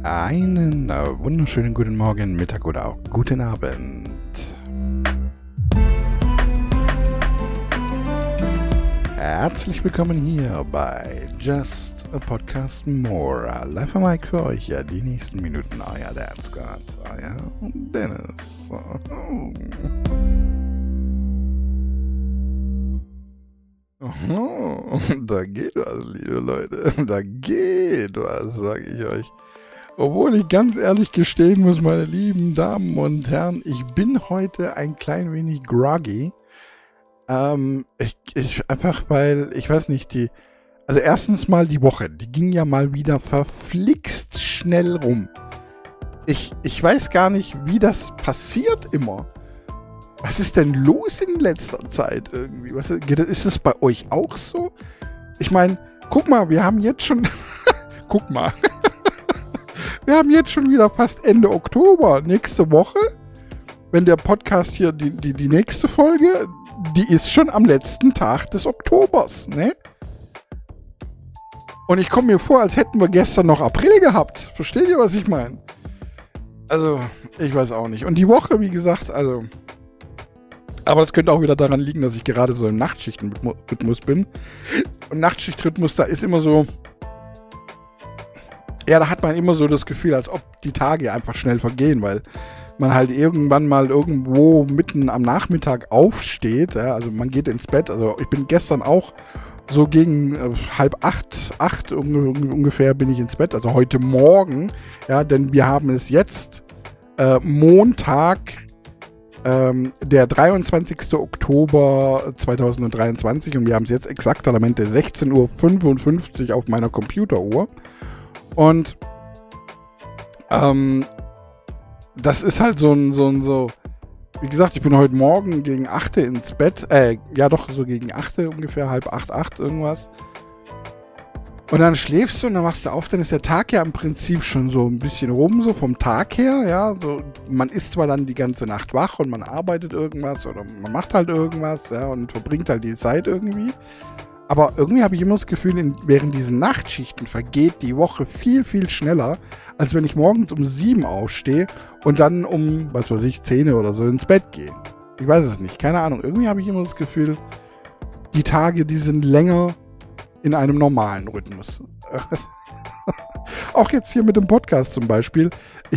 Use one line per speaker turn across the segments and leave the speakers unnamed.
Einen wunderschönen guten Morgen, Mittag oder auch guten Abend. Herzlich willkommen hier bei Just a Podcast More. Live am Mic für euch, ja, die nächsten Minuten. Euer Dance God, euer Dennis. Oh, da geht was, liebe Leute. Da geht was, sage ich euch. Obwohl ich ganz ehrlich gestehen muss, meine lieben Damen und Herren, ich bin heute ein klein wenig groggy. Einfach weil, ich weiß nicht, also erstens mal die Woche, die ging ja mal wieder verflixt schnell rum. Ich weiß gar nicht, wie das passiert immer. Was ist denn los in letzter Zeit irgendwie? Ist es bei euch auch so? Ich meine, guck mal, wir haben jetzt schon, wir haben jetzt schon wieder fast Ende Oktober. Nächste Woche, wenn der Podcast hier, die nächste Folge, die ist schon am letzten Tag des Oktobers, ne? Und ich komme mir vor, als hätten wir gestern noch April gehabt. Versteht ihr, was ich meine? Also, ich weiß auch nicht. Und die Woche, wie gesagt, also... Aber das könnte auch wieder daran liegen, dass ich gerade so im Nachtschichtenrhythmus bin. Und Nachtschichtrhythmus, da ist immer so... Ja, da hat man immer so das Gefühl, als ob die Tage einfach schnell vergehen, weil man halt irgendwann mal irgendwo mitten am Nachmittag aufsteht. Ja, also man geht ins Bett. Also ich bin gestern auch so gegen 7:30 ungefähr bin ich ins Bett. Also heute Morgen, ja, denn wir haben es jetzt Montag, der 23. Oktober 2023 und wir haben es jetzt exakt am Ende 16:55 Uhr auf meiner Computeruhr. Und das ist halt so, wie gesagt, ich bin heute Morgen gegen 8 ins Bett, so gegen 8 ungefähr, 7:30, 8 irgendwas. Und dann schläfst du und dann machst du auf, dann ist der Tag ja im Prinzip schon so ein bisschen rum, so vom Tag her, ja, so, man ist zwar dann die ganze Nacht wach und man arbeitet irgendwas oder man macht halt irgendwas, ja, und verbringt halt die Zeit irgendwie. Aber irgendwie habe ich immer das Gefühl, während diesen Nachtschichten vergeht die Woche viel, viel schneller, als wenn ich morgens um 7 aufstehe und dann um, 10 oder so ins Bett gehe. Ich weiß es nicht, keine Ahnung. Irgendwie habe ich immer das Gefühl, die Tage, die sind länger in einem normalen Rhythmus. Auch jetzt hier mit dem Podcast zum Beispiel. Wie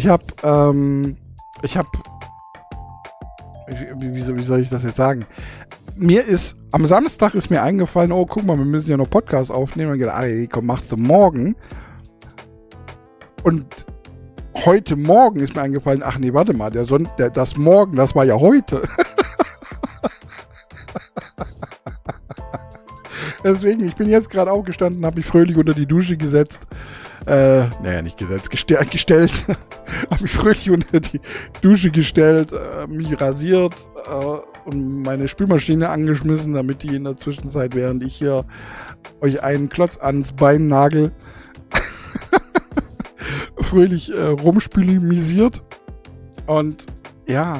soll ich das jetzt sagen? Am Samstag ist mir eingefallen, oh, guck mal, wir müssen ja noch Podcast aufnehmen. Und ich gedacht, ey, komm, machst du morgen. Und heute Morgen ist mir eingefallen, ach nee, warte mal, das Morgen, das war ja heute. Deswegen, ich bin jetzt gerade aufgestanden, habe mich fröhlich unter die Dusche gesetzt. Nicht gesetzt, gestellt. Habe mich fröhlich unter die Dusche gestellt, mich rasiert und meine Spülmaschine angeschmissen, damit die in der Zwischenzeit, während ich hier euch einen Klotz ans Bein nagel, fröhlich rumspülimisiert. Und ja...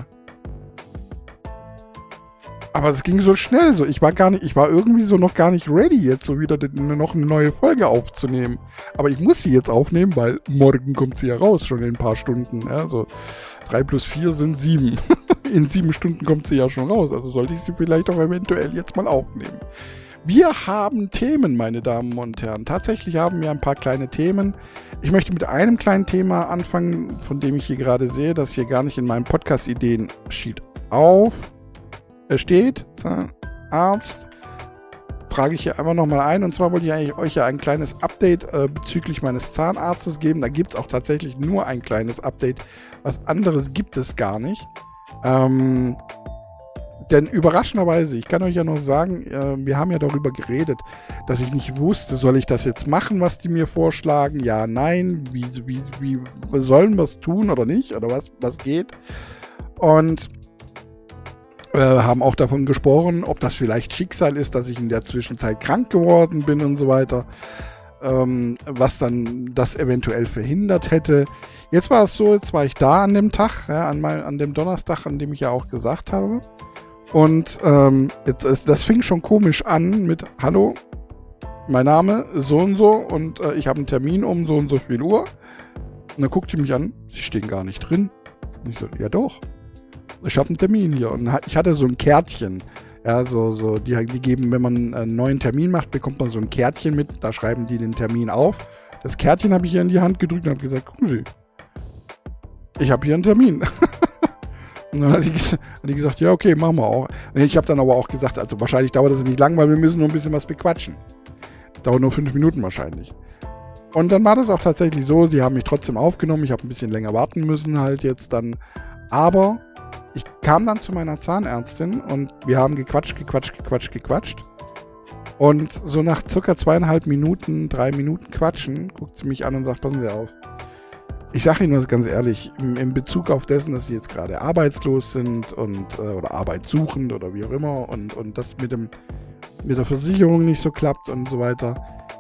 Aber es ging so schnell, so ich war irgendwie so noch gar nicht ready, jetzt so wieder noch eine neue Folge aufzunehmen. Aber ich muss sie jetzt aufnehmen, weil morgen kommt sie ja raus, schon in ein paar Stunden. Ja, so 3 + 4 sind 7. In 7 Stunden kommt sie ja schon raus, also sollte ich sie vielleicht auch eventuell jetzt mal aufnehmen. Wir haben Themen, meine Damen und Herren. Tatsächlich haben wir ein paar kleine Themen. Ich möchte mit einem kleinen Thema anfangen, von dem ich hier gerade sehe, das hier gar nicht in meinem Podcast-Ideen-Sheet steht, Arzt, trage ich hier einfach nochmal ein. Und zwar wollte ich eigentlich euch ja ein kleines Update bezüglich meines Zahnarztes geben. Da gibt es auch tatsächlich nur ein kleines Update. Was anderes gibt es gar nicht. Denn überraschenderweise, ich kann euch ja noch sagen, wir haben ja darüber geredet, dass ich nicht wusste, soll ich das jetzt machen, was die mir vorschlagen? Ja, nein, wie sollen wir es tun oder nicht? Oder was geht? Und haben auch davon gesprochen, ob das vielleicht Schicksal ist, dass ich in der Zwischenzeit krank geworden bin und so weiter, was dann das eventuell verhindert hätte. Jetzt war es so, jetzt war ich da an dem Tag, ja, an dem Donnerstag, an dem ich ja auch gesagt habe. Und das fing schon komisch an mit, hallo, mein Name ist so und ich habe einen Termin um so und so viel Uhr. Und dann guckt sie mich an, sie stehen gar nicht drin. Und ich so, ja doch, ich habe einen Termin hier. Und ich hatte so ein Kärtchen. Ja, die geben, wenn man einen neuen Termin macht, bekommt man so ein Kärtchen mit, da schreiben die den Termin auf. Das Kärtchen habe ich ihr in die Hand gedrückt und habe gesagt, gucken Sie, ich habe hier einen Termin. Und dann hat die gesagt, ja okay, machen wir auch. Und ich habe dann aber auch gesagt, also wahrscheinlich dauert das nicht lang, weil wir müssen nur ein bisschen was bequatschen. Das dauert nur 5 Minuten wahrscheinlich. Und dann war das auch tatsächlich so, sie haben mich trotzdem aufgenommen, ich habe ein bisschen länger warten müssen halt jetzt dann. Aber ich kam dann zu meiner Zahnärztin und wir haben gequatscht. Und so nach circa 2,5 Minuten, 3 Minuten Quatschen, guckt sie mich an und sagt, passen Sie auf. Ich sage Ihnen das ganz ehrlich, in Bezug auf dessen, dass Sie jetzt gerade arbeitslos sind und oder arbeitssuchend oder wie auch immer und das mit der Versicherung nicht so klappt und so weiter.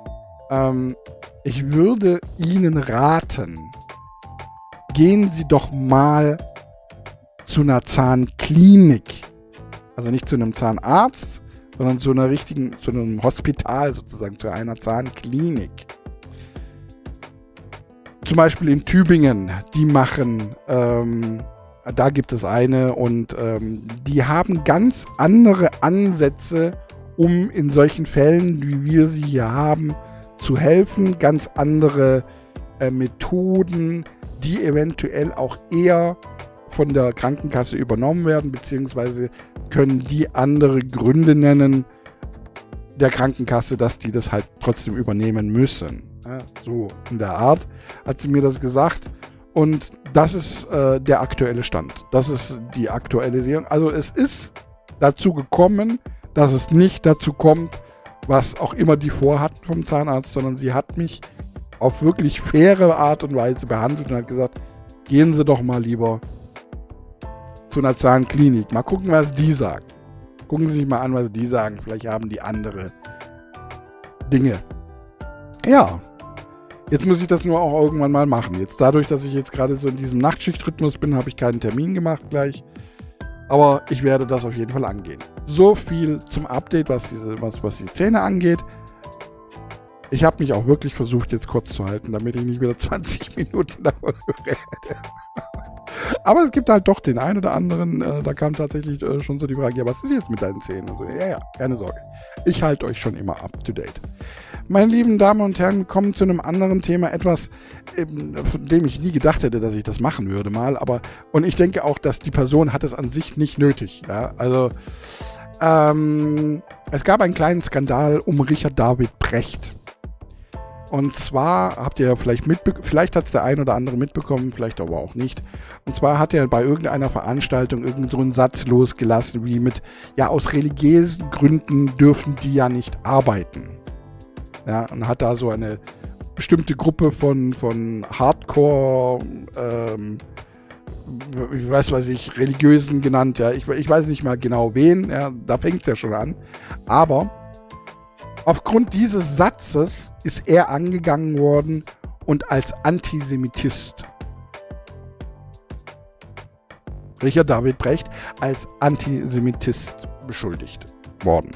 Ich würde Ihnen raten, gehen Sie doch mal zu einer Zahnklinik. Also nicht zu einem Zahnarzt, sondern zu einem Hospital sozusagen, zu einer Zahnklinik. Zum Beispiel in Tübingen, die machen, da gibt es eine und die haben ganz andere Ansätze, um in solchen Fällen, wie wir sie hier haben, zu helfen. Ganz andere Methoden, die eventuell auch eher von der Krankenkasse übernommen werden, beziehungsweise können die andere Gründe nennen der Krankenkasse, dass die das halt trotzdem übernehmen müssen. Ja, so in der Art hat sie mir das gesagt und das ist der aktuelle Stand. Das ist die Aktualisierung. Also es ist dazu gekommen, dass es nicht dazu kommt, was auch immer die vorhatten vom Zahnarzt, sondern sie hat mich auf wirklich faire Art und Weise behandelt und hat gesagt, gehen Sie doch mal lieber zu einer Zahnklinik. Mal gucken, was die sagen. Gucken Sie sich mal an, was die sagen. Vielleicht haben die andere Dinge. Ja, jetzt muss ich das nur auch irgendwann mal machen. Jetzt dadurch, dass ich jetzt gerade so in diesem Nachtschichtrhythmus bin, habe ich keinen Termin gemacht gleich. Aber ich werde das auf jeden Fall angehen. So viel zum Update, was die Zähne angeht. Ich habe mich auch wirklich versucht, jetzt kurz zu halten, damit ich nicht wieder 20 Minuten davon rede. Aber es gibt halt doch den einen oder anderen, da kam tatsächlich schon so die Frage, ja, was ist jetzt mit deinen Zähnen? Und so, ja, keine Sorge. Ich halte euch schon immer up to date. Meine lieben Damen und Herren, wir kommen zu einem anderen Thema, etwas, von dem ich nie gedacht hätte, dass ich das machen würde mal, und ich denke auch, dass die Person hat es an sich nicht nötig, ja, also, es gab einen kleinen Skandal um Richard David Precht. Und zwar habt ihr vielleicht hat es der ein oder andere mitbekommen, vielleicht aber auch nicht. Und zwar hat er bei irgendeiner Veranstaltung irgend so einen Satz losgelassen, wie mit, ja, aus religiösen Gründen dürfen die ja nicht arbeiten. Ja, und hat da so eine bestimmte Gruppe von Hardcore, Religiösen genannt, ja. Ich weiß nicht mal genau wen, ja, da fängt es ja schon an. Aber aufgrund dieses Satzes ist er angegangen worden und als Antisemitist. Richard David Precht als Antisemitist beschuldigt worden.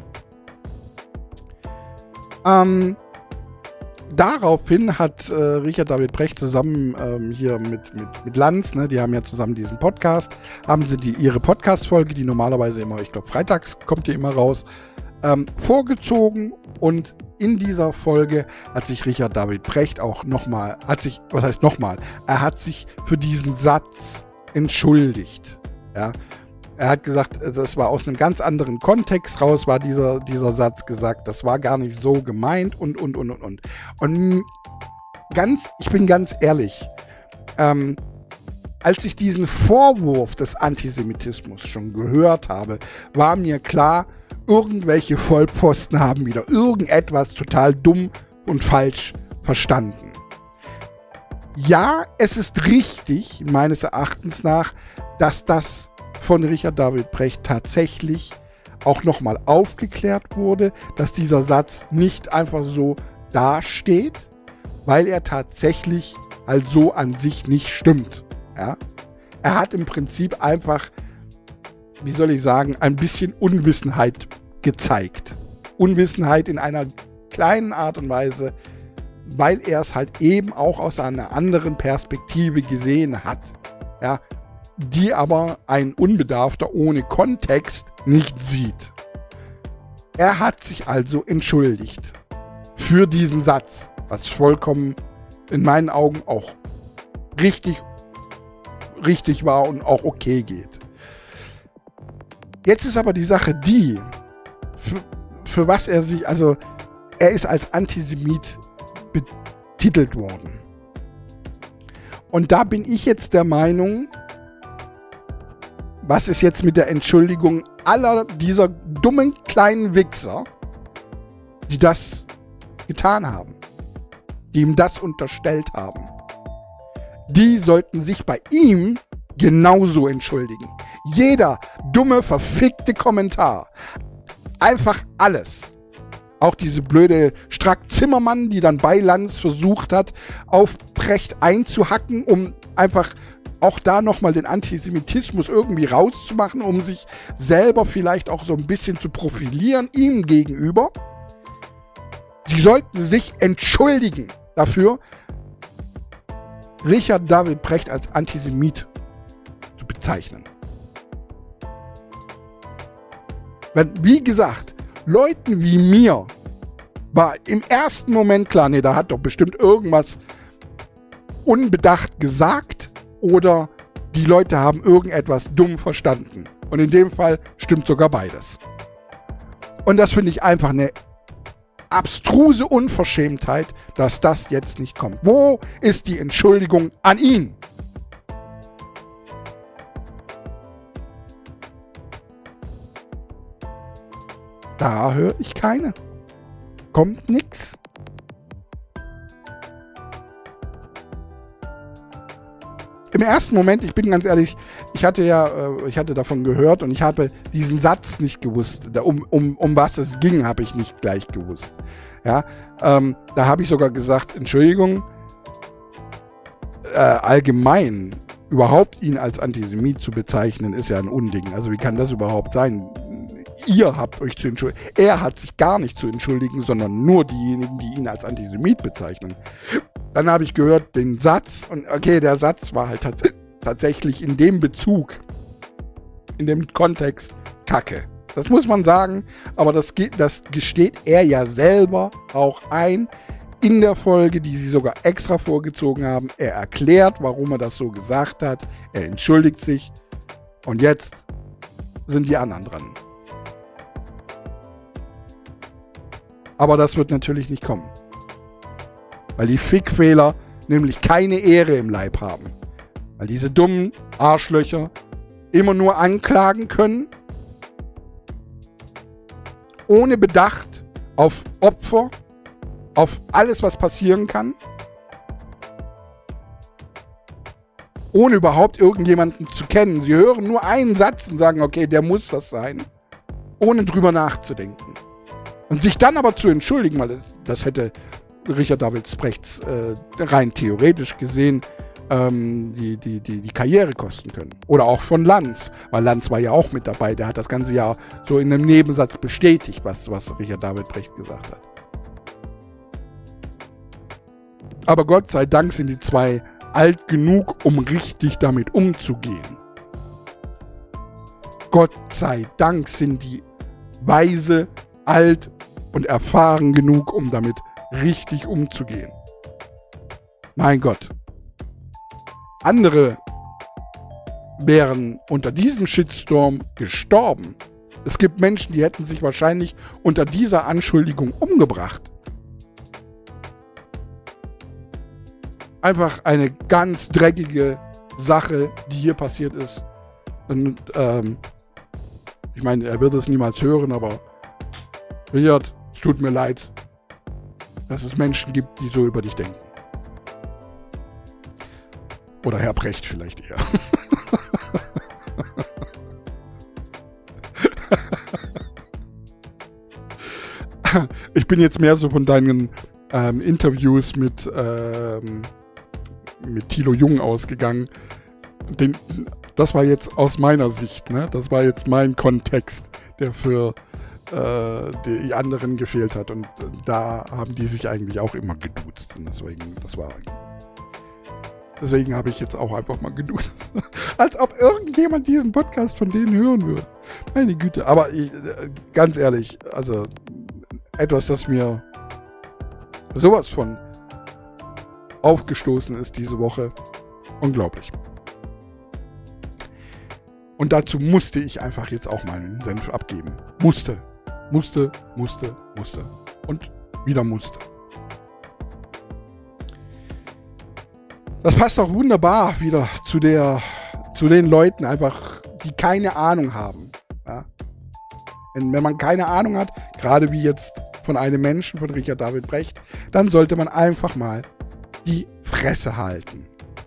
Daraufhin hat Richard David Precht zusammen hier mit Lanz, ne, die haben ja zusammen diesen Podcast, haben sie ihre Podcast-Folge, die normalerweise immer, ich glaube freitags kommt die immer raus, vorgezogen, und in dieser Folge hat sich Richard David Precht auch er hat sich für diesen Satz entschuldigt. Ja? Er hat gesagt, das war aus einem ganz anderen Kontext raus, war dieser Satz gesagt, das war gar nicht so gemeint und. Und ich bin ganz ehrlich, als ich diesen Vorwurf des Antisemitismus schon gehört habe, war mir klar, irgendwelche Vollpfosten haben wieder irgendetwas total dumm und falsch verstanden. Ja, es ist richtig, meines Erachtens nach, dass das von Richard David Precht tatsächlich auch nochmal aufgeklärt wurde, dass dieser Satz nicht einfach so dasteht, weil er tatsächlich halt so an sich nicht stimmt. Ja? Er hat im Prinzip einfach, wie soll ich sagen, ein bisschen Unwissenheit gezeigt. Unwissenheit in einer kleinen Art und Weise, weil er es halt eben auch aus einer anderen Perspektive gesehen hat. Ja, die aber ein Unbedarfter ohne Kontext nicht sieht. Er hat sich also entschuldigt für diesen Satz, was vollkommen in meinen Augen auch richtig war und auch okay geht. Jetzt ist aber die Sache die, für was er sich, also er ist als Antisemit betitelt worden. Und da bin ich jetzt der Meinung, was ist jetzt mit der Entschuldigung aller dieser dummen kleinen Wichser, die das getan haben, die ihm das unterstellt haben. Die sollten sich bei ihm genauso entschuldigen. Jeder dumme, verfickte Kommentar. Einfach alles. Auch diese blöde Strack-Zimmermann, die dann bei Lanz versucht hat, auf Precht einzuhacken, um einfach auch da nochmal den Antisemitismus irgendwie rauszumachen, um sich selber vielleicht auch so ein bisschen zu profilieren, ihm gegenüber. Sie sollten sich entschuldigen dafür, Richard David Precht als Antisemit zu bezeichnen. Wie gesagt, Leuten wie mir war im ersten Moment klar, nee, da hat doch bestimmt irgendwas unbedacht gesagt oder die Leute haben irgendetwas dumm verstanden. Und in dem Fall stimmt sogar beides. Und das finde ich einfach eine abstruse Unverschämtheit, dass das jetzt nicht kommt. Wo ist die Entschuldigung an ihn? Da höre ich keine. Kommt nix. Im ersten Moment, ich bin ganz ehrlich, ich hatte davon gehört und ich habe diesen Satz nicht gewusst. Um was es ging, habe ich nicht gleich gewusst. Ja, da habe ich sogar gesagt, Entschuldigung, allgemein überhaupt ihn als Antisemit zu bezeichnen, ist ja ein Unding. Also wie kann das überhaupt sein? Ihr habt euch zu entschuldigen. Er hat sich gar nicht zu entschuldigen, sondern nur diejenigen, die ihn als Antisemit bezeichnen. Dann habe ich gehört den Satz und okay, der Satz war halt tatsächlich in dem Bezug, in dem Kontext Kacke. Das muss man sagen, aber das gesteht er ja selber auch ein in der Folge, die sie sogar extra vorgezogen haben. Er erklärt, warum er das so gesagt hat. Er entschuldigt sich und jetzt sind die anderen dran. Aber das wird natürlich nicht kommen. Weil die Fickfehler nämlich keine Ehre im Leib haben. Weil diese dummen Arschlöcher immer nur anklagen können, ohne Bedacht auf Opfer, auf alles, was passieren kann, ohne überhaupt irgendjemanden zu kennen. Sie hören nur einen Satz und sagen, okay, der muss das sein, ohne drüber nachzudenken. Und sich dann aber zu entschuldigen, weil das hätte Richard David Prechts rein theoretisch gesehen die Karriere kosten können. Oder auch von Lanz, weil Lanz war ja auch mit dabei, der hat das ganze ja so in einem Nebensatz bestätigt, was Richard David Precht gesagt hat. Aber Gott sei Dank sind die zwei alt genug, um richtig damit umzugehen. Gott sei Dank sind die weise, alt und erfahren genug, um damit richtig umzugehen. Mein Gott. Andere wären unter diesem Shitstorm gestorben. Es gibt Menschen, die hätten sich wahrscheinlich unter dieser Anschuldigung umgebracht. Einfach eine ganz dreckige Sache, die hier passiert ist. Und ich meine, er wird es niemals hören, aber Richard, es tut mir leid, dass es Menschen gibt, die so über dich denken. Oder Herr Precht vielleicht eher. Ich bin jetzt mehr so von deinen Interviews mit Thilo Jung ausgegangen. Das war jetzt aus meiner Sicht, ne? Das war jetzt mein Kontext, der für die anderen gefehlt hat. Und da haben die sich eigentlich auch immer geduzt. Und deswegen habe ich jetzt auch einfach mal geduzt. Als ob irgendjemand diesen Podcast von denen hören würde. Meine Güte. Aber ganz ehrlich, also etwas, das mir sowas von aufgestoßen ist diese Woche. Unglaublich. Und dazu musste ich einfach jetzt auch mal einen Senf abgeben. Musste. Und wieder musste. Das passt auch wunderbar wieder zu den Leuten einfach, die keine Ahnung haben. Ja? Wenn man keine Ahnung hat, gerade wie jetzt von einem Menschen, von Richard David Brecht, dann sollte man einfach mal die Fresse halten.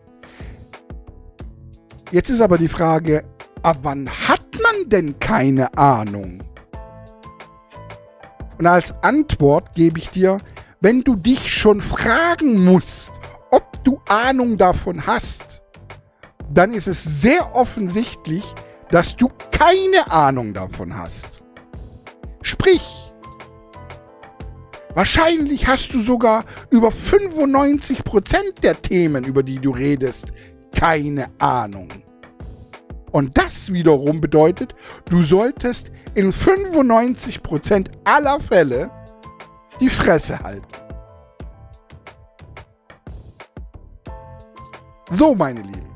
Jetzt ist aber die Frage, ab wann hat man denn keine Ahnung? Und als Antwort gebe ich dir, wenn du dich schon fragen musst, ob du Ahnung davon hast, dann ist es sehr offensichtlich, dass du keine Ahnung davon hast. Sprich, wahrscheinlich hast du sogar über 95% der Themen, über die du redest, keine Ahnung. Und das wiederum bedeutet, du solltest in 95% aller Fälle die Fresse halten. So, meine Lieben.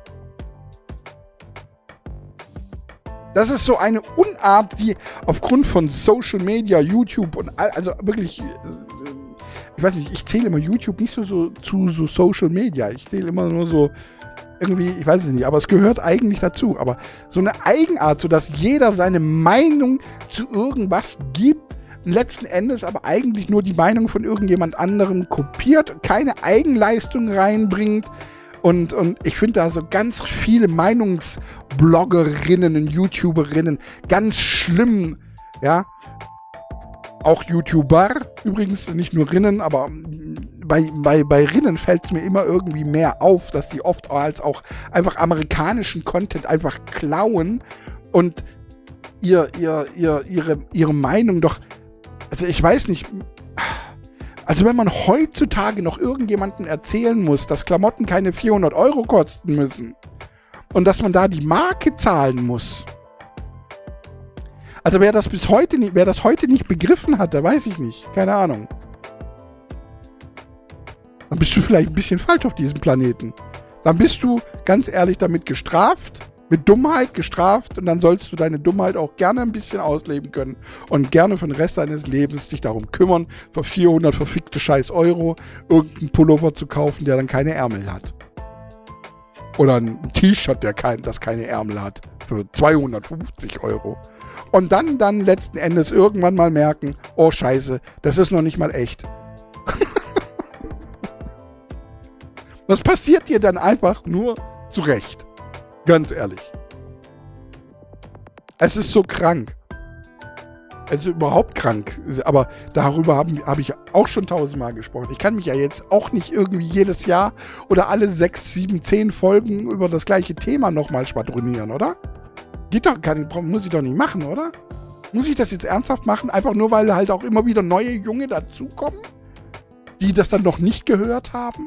Das ist so eine Unart, die aufgrund von Social Media, YouTube und also wirklich, ich weiß nicht, ich zähle immer YouTube nicht so zu so Social Media. Ich zähle immer nur so irgendwie, ich weiß es nicht, aber es gehört eigentlich dazu. Aber so eine Eigenart, sodass jeder seine Meinung zu irgendwas gibt, letzten Endes aber eigentlich nur die Meinung von irgendjemand anderem kopiert, keine Eigenleistung reinbringt. Und ich finde da so ganz viele Meinungsbloggerinnen und YouTuberinnen ganz schlimm, ja. Auch YouTuber, übrigens, nicht nur Rinnen, aber bei Rinnen fällt es mir immer irgendwie mehr auf, dass die oft als auch einfach amerikanischen Content einfach klauen und ihre Meinung doch, also ich weiß nicht, also wenn man heutzutage noch irgendjemandem erzählen muss, dass Klamotten keine 400 € kosten müssen und dass man da die Marke zahlen muss. Also wer das heute nicht begriffen hat, da weiß ich nicht. Keine Ahnung. Dann bist du vielleicht ein bisschen falsch auf diesem Planeten. Dann bist du, ganz ehrlich, damit gestraft, mit Dummheit gestraft und dann sollst du deine Dummheit auch gerne ein bisschen ausleben können und gerne für den Rest deines Lebens dich darum kümmern, für 400 verfickte scheiß Euro irgendeinen Pullover zu kaufen, der dann keine Ärmel hat. Oder ein T-Shirt, das keine Ärmel hat, für 250 €. Und dann letzten Endes irgendwann mal merken, oh Scheiße, das ist noch nicht mal echt. Das passiert dir dann einfach nur zurecht. Ganz ehrlich. Es ist so krank. Es ist überhaupt krank. Aber darüber habe ich auch schon 1000-mal gesprochen. Ich kann mich ja jetzt auch nicht irgendwie jedes Jahr oder alle 6, 7, 10 Folgen über das gleiche Thema nochmal schwadronieren, oder? Geht doch, muss ich doch nicht machen, oder? Muss ich das jetzt ernsthaft machen? Einfach nur, weil halt auch immer wieder neue Junge dazukommen, die das dann noch nicht gehört haben?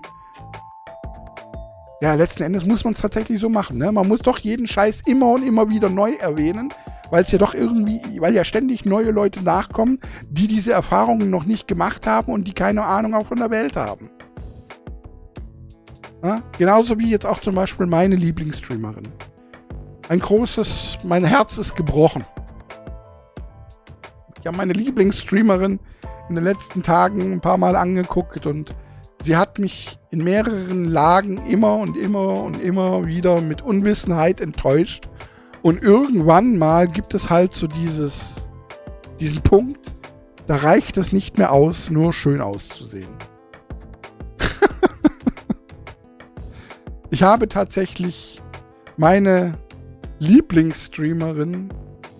Ja, letzten Endes muss man es tatsächlich so machen, ne? Man muss doch jeden Scheiß immer und immer wieder neu erwähnen, weil ja ständig neue Leute nachkommen, die diese Erfahrungen noch nicht gemacht haben und die keine Ahnung auch von der Welt haben. Ja? Genauso wie jetzt auch zum Beispiel meine Lieblingsstreamerin. Mein Herz ist gebrochen. Ich habe meine Lieblingsstreamerin in den letzten Tagen ein paar Mal angeguckt und sie hat mich in mehreren Lagen immer wieder mit Unwissenheit enttäuscht. Und irgendwann mal gibt es halt so diesen Punkt, da reicht es nicht mehr aus, nur schön auszusehen. Ich habe tatsächlich meine Lieblingsstreamerin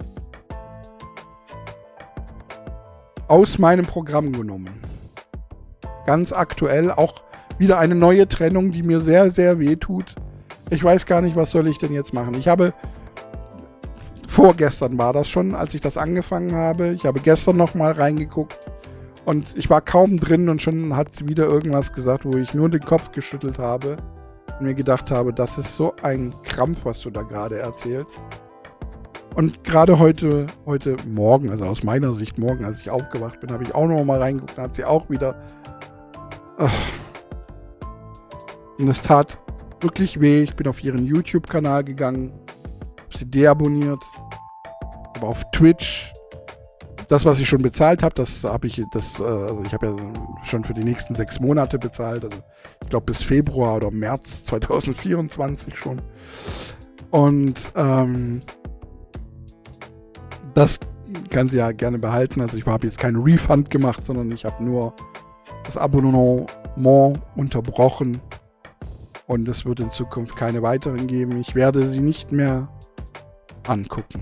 aus meinem Programm genommen. Ganz aktuell auch wieder eine neue Trennung, die mir sehr, sehr weh tut. Ich weiß gar nicht, was soll ich denn jetzt machen. Ich habe Vorgestern war das schon, als ich das angefangen habe. Ich habe gestern nochmal reingeguckt und ich war kaum drin und schon hat sie wieder irgendwas gesagt, wo ich nur den Kopf geschüttelt habe und mir gedacht habe, das ist so ein Krampf, was du da gerade erzählst. Und gerade heute Morgen, also aus meiner Sicht morgen, als ich aufgewacht bin, habe ich auch noch mal reingeguckt, da hat sie auch wieder... Und es tat wirklich weh. Ich bin auf ihren YouTube-Kanal gegangen, habe sie deabonniert, aber auf Twitch, das, was ich schon bezahlt habe, also ich habe ja schon für die nächsten 6 Monate bezahlt, also ich glaube bis Februar oder März 2024 schon. Und das kann sie ja gerne behalten. Also ich habe jetzt keinen Refund gemacht, sondern ich habe nur das Abonnement unterbrochen. Und es wird in Zukunft keine weiteren geben. Ich werde sie nicht mehr angucken.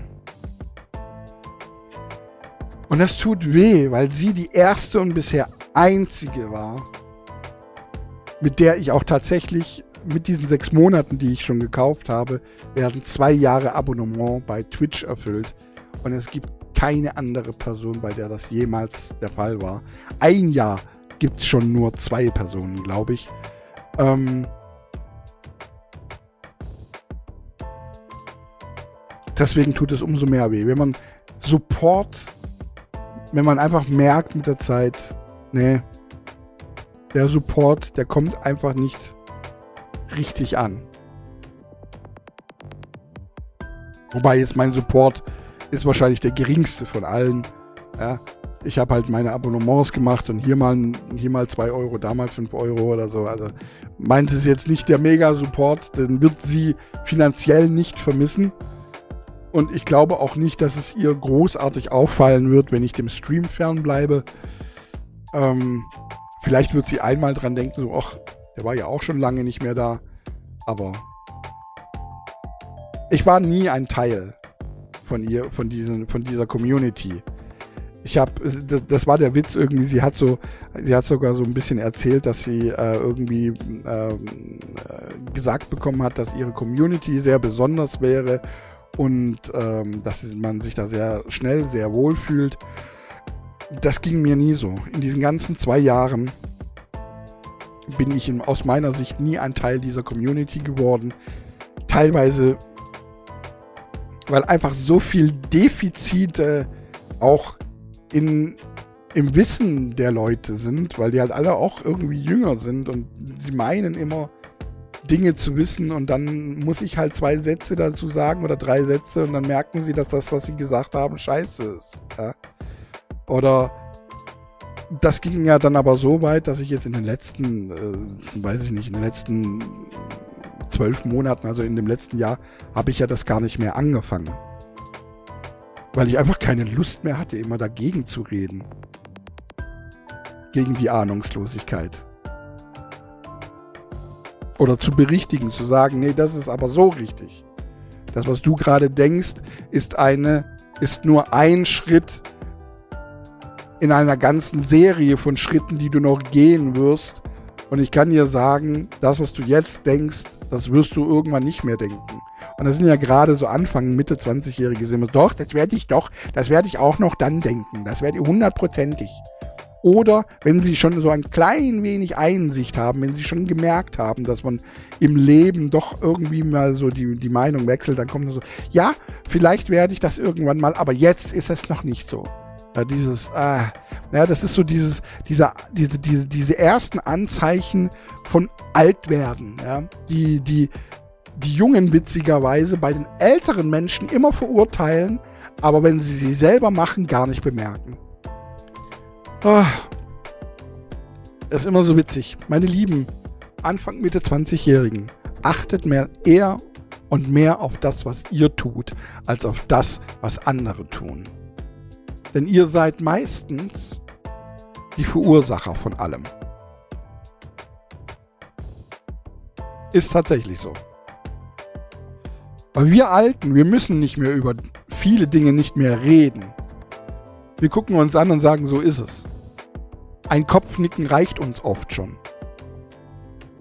Und das tut weh, weil sie die erste und bisher einzige war, mit der ich auch tatsächlich mit diesen 6 Monaten, die ich schon gekauft habe, werden 2 Jahre Abonnement bei Twitch erfüllt. Und es gibt keine andere Person, bei der das jemals der Fall war. Ein Jahr gibt es schon nur 2 Personen, glaube ich. Deswegen tut es umso mehr weh. Wenn man einfach merkt mit der Zeit, nee, der Support, der kommt einfach nicht richtig an. Wobei jetzt mein Support ist wahrscheinlich der geringste von allen. Ja, ich habe halt meine Abonnements gemacht und hier mal 2 Euro, da mal 5 Euro oder so. Also meint es jetzt nicht der Mega-Support, den wird sie finanziell nicht vermissen. Und ich glaube auch nicht, dass es ihr großartig auffallen wird, wenn ich dem Stream fernbleibe. Vielleicht wird sie einmal dran denken, so, ach, der war ja auch schon lange nicht mehr da. Aber ich war nie ein Teil von dieser Community. Das war der Witz irgendwie, sie hat sogar so ein bisschen erzählt, dass sie irgendwie gesagt bekommen hat, dass ihre Community sehr besonders wäre und dass man sich da sehr schnell, sehr wohl fühlt. Das ging mir nie so. In diesen ganzen 2 Jahren bin ich aus meiner Sicht nie ein Teil dieser Community geworden. Teilweise, weil einfach so viel Defizite auch im Wissen der Leute sind, weil die halt alle auch irgendwie jünger sind und sie meinen immer Dinge zu wissen und dann muss ich halt 2 Sätze dazu sagen oder 3 Sätze und dann merken sie, dass das, was sie gesagt haben, scheiße ist. Ja? Oder das ging ja dann aber so weit, dass ich jetzt in den letzten, in den letzten 12 Monaten, also in dem letzten Jahr, habe ich ja das gar nicht mehr angefangen. Weil ich einfach keine Lust mehr hatte, immer dagegen zu reden. Gegen die Ahnungslosigkeit. Oder zu berichtigen, zu sagen, nee, das ist aber so richtig. Das, was du gerade denkst, ist nur ein Schritt in einer ganzen Serie von Schritten, die du noch gehen wirst. Und ich kann dir sagen, das, was du jetzt denkst, das wirst du irgendwann nicht mehr denken. Und das sind ja gerade so Anfang, Mitte 20-Jährige, sind wir, doch, das werde ich auch noch dann denken. Das werde ich 100%ig. Oder wenn sie schon so ein klein wenig Einsicht haben, wenn sie schon gemerkt haben, dass man im Leben doch irgendwie mal so die Meinung wechselt, dann kommt so, ja, vielleicht werde ich das irgendwann mal, aber jetzt ist es noch nicht so. Das ist so diese ersten Anzeichen von Altwerden, ja, die Jungen witzigerweise bei den älteren Menschen immer verurteilen, aber wenn sie selber machen, gar nicht bemerken. Das ist immer so witzig. Meine lieben Anfang, Mitte 20-Jährigen, achtet eher und mehr auf das, was ihr tut, als auf das, was andere tun. Denn ihr seid meistens die Verursacher von allem. Ist tatsächlich so. Weil wir Alten, wir müssen nicht mehr über viele Dinge nicht mehr reden. Wir gucken uns an und sagen, so ist es. Ein Kopfnicken reicht uns oft schon.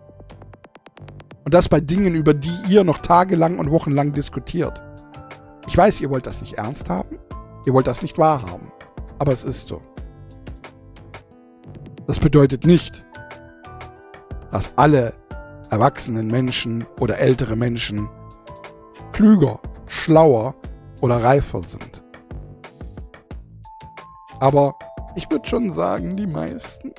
Und das bei Dingen, über die ihr noch tagelang und wochenlang diskutiert. Ich weiß, ihr wollt das nicht ernst haben. Ihr wollt das nicht wahrhaben. Aber es ist so. Das bedeutet nicht, dass alle erwachsenen Menschen oder ältere Menschen klüger, schlauer oder reifer sind. Aber ich würde schon sagen, die meisten.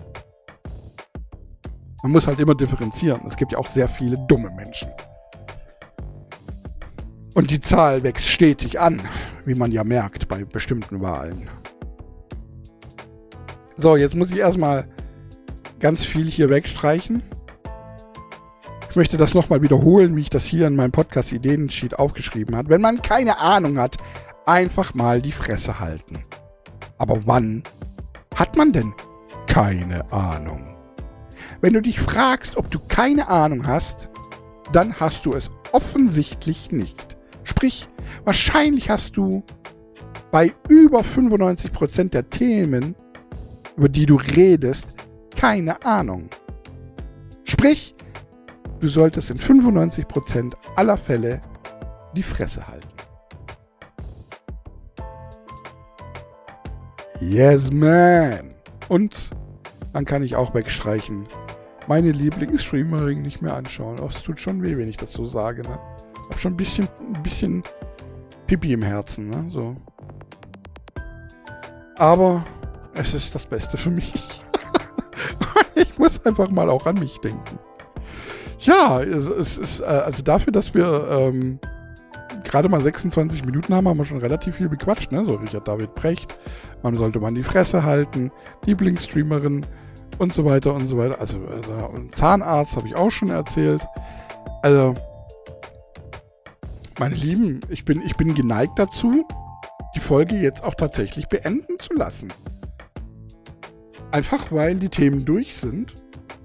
Man muss halt immer differenzieren. Es gibt ja auch sehr viele dumme Menschen. Und die Zahl wächst stetig an, wie man ja merkt bei bestimmten Wahlen. So, jetzt muss ich erstmal ganz viel hier wegstreichen. Ich möchte das nochmal wiederholen, wie ich das hier in meinem Podcast-Ideensheet aufgeschrieben habe. Wenn man keine Ahnung hat, einfach mal die Fresse halten. Aber wann hat man denn keine Ahnung? Wenn du dich fragst, ob du keine Ahnung hast, dann hast du es offensichtlich nicht. Sprich, wahrscheinlich hast du bei über 95% der Themen, über die du redest, keine Ahnung. Sprich, du solltest in 95% aller Fälle die Fresse halten. Yes, man. Und dann kann ich auch wegstreichen. Meine Lieblingsstreamerin nicht mehr anschauen. Oh, es tut schon weh, wenn ich das so sage, ne? Hab schon ein bisschen Pipi im Herzen, ne? So. Aber es ist das Beste für mich. Ich muss einfach mal auch an mich denken. Ja, es ist, also dafür, dass wir gerade mal 26 Minuten haben wir schon relativ viel bequatscht, ne? So Richard David Precht, man sollte man die Fresse halten, Lieblingsstreamerin und so weiter und so weiter. Also Zahnarzt habe ich auch schon erzählt. Also, meine Lieben, ich bin geneigt dazu, die Folge jetzt auch tatsächlich beenden zu lassen. Einfach weil die Themen durch sind.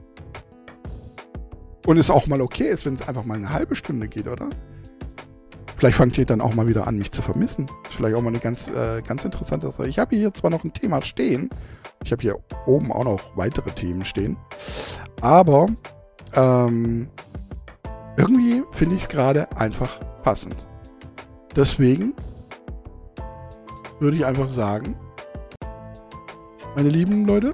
Und es auch mal okay ist, wenn es einfach mal eine halbe Stunde geht, oder? Vielleicht fangt ihr dann auch mal wieder an, mich zu vermissen. Das ist vielleicht auch mal eine ganz interessante Sache. Ich habe hier zwar noch ein Thema stehen. Ich habe hier oben auch noch weitere Themen stehen. Aber irgendwie finde ich es gerade einfach passend. Deswegen würde ich einfach sagen, meine lieben Leute,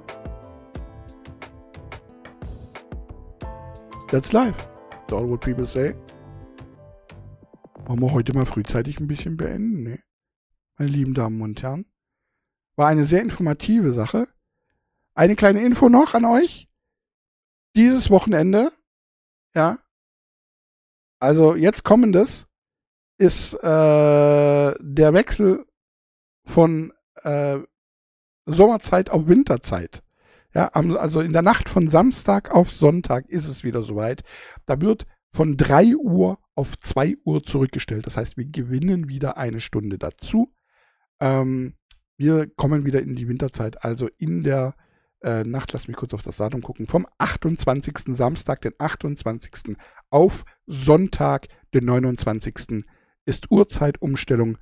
that's life. That's all what people say. Wollen wir heute mal frühzeitig ein bisschen beenden? Ne? Meine lieben Damen und Herren. War eine sehr informative Sache. Eine kleine Info noch an euch. Dieses Wochenende, ja, also jetzt kommendes, ist der Wechsel von Sommerzeit auf Winterzeit. Ja, also in der Nacht von Samstag auf Sonntag ist es wieder soweit. Da wird von 3 Uhr auf 2 Uhr zurückgestellt. Das heißt, wir gewinnen wieder eine Stunde dazu. Wir kommen wieder in die Winterzeit, also in der Nacht, lass mich kurz auf das Datum gucken, vom 28. Samstag, den 28. auf Sonntag, den 29. ist Uhrzeitumstellung.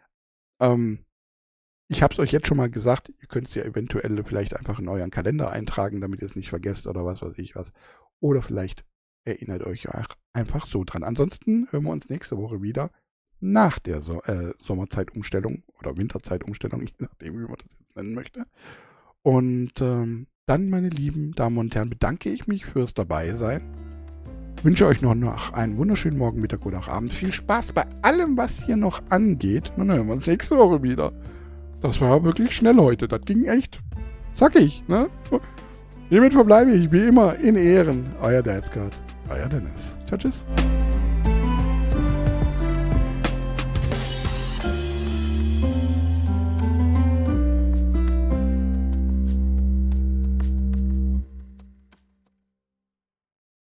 Ich habe es euch jetzt schon mal gesagt, ihr könnt es ja eventuell vielleicht einfach in euren Kalender eintragen, damit ihr es nicht vergesst oder was weiß ich was. Oder vielleicht erinnert euch einfach so dran. Ansonsten hören wir uns nächste Woche wieder nach der Sommerzeitumstellung oder Winterzeitumstellung, je nachdem, wie man das jetzt nennen möchte. Und dann, meine lieben Damen und Herren, bedanke ich mich fürs Dabeisein. Wünsche euch noch einen wunderschönen Morgen, Mittag oder auch Abend. Viel Spaß bei allem, was hier noch angeht. Dann hören wir uns nächste Woche wieder. Das war wirklich schnell heute. Das ging echt zackig, ne? Hiermit verbleibe ich wie immer in Ehren. Euer Dadsgard. Euer Dennis. Ciao, tschüss.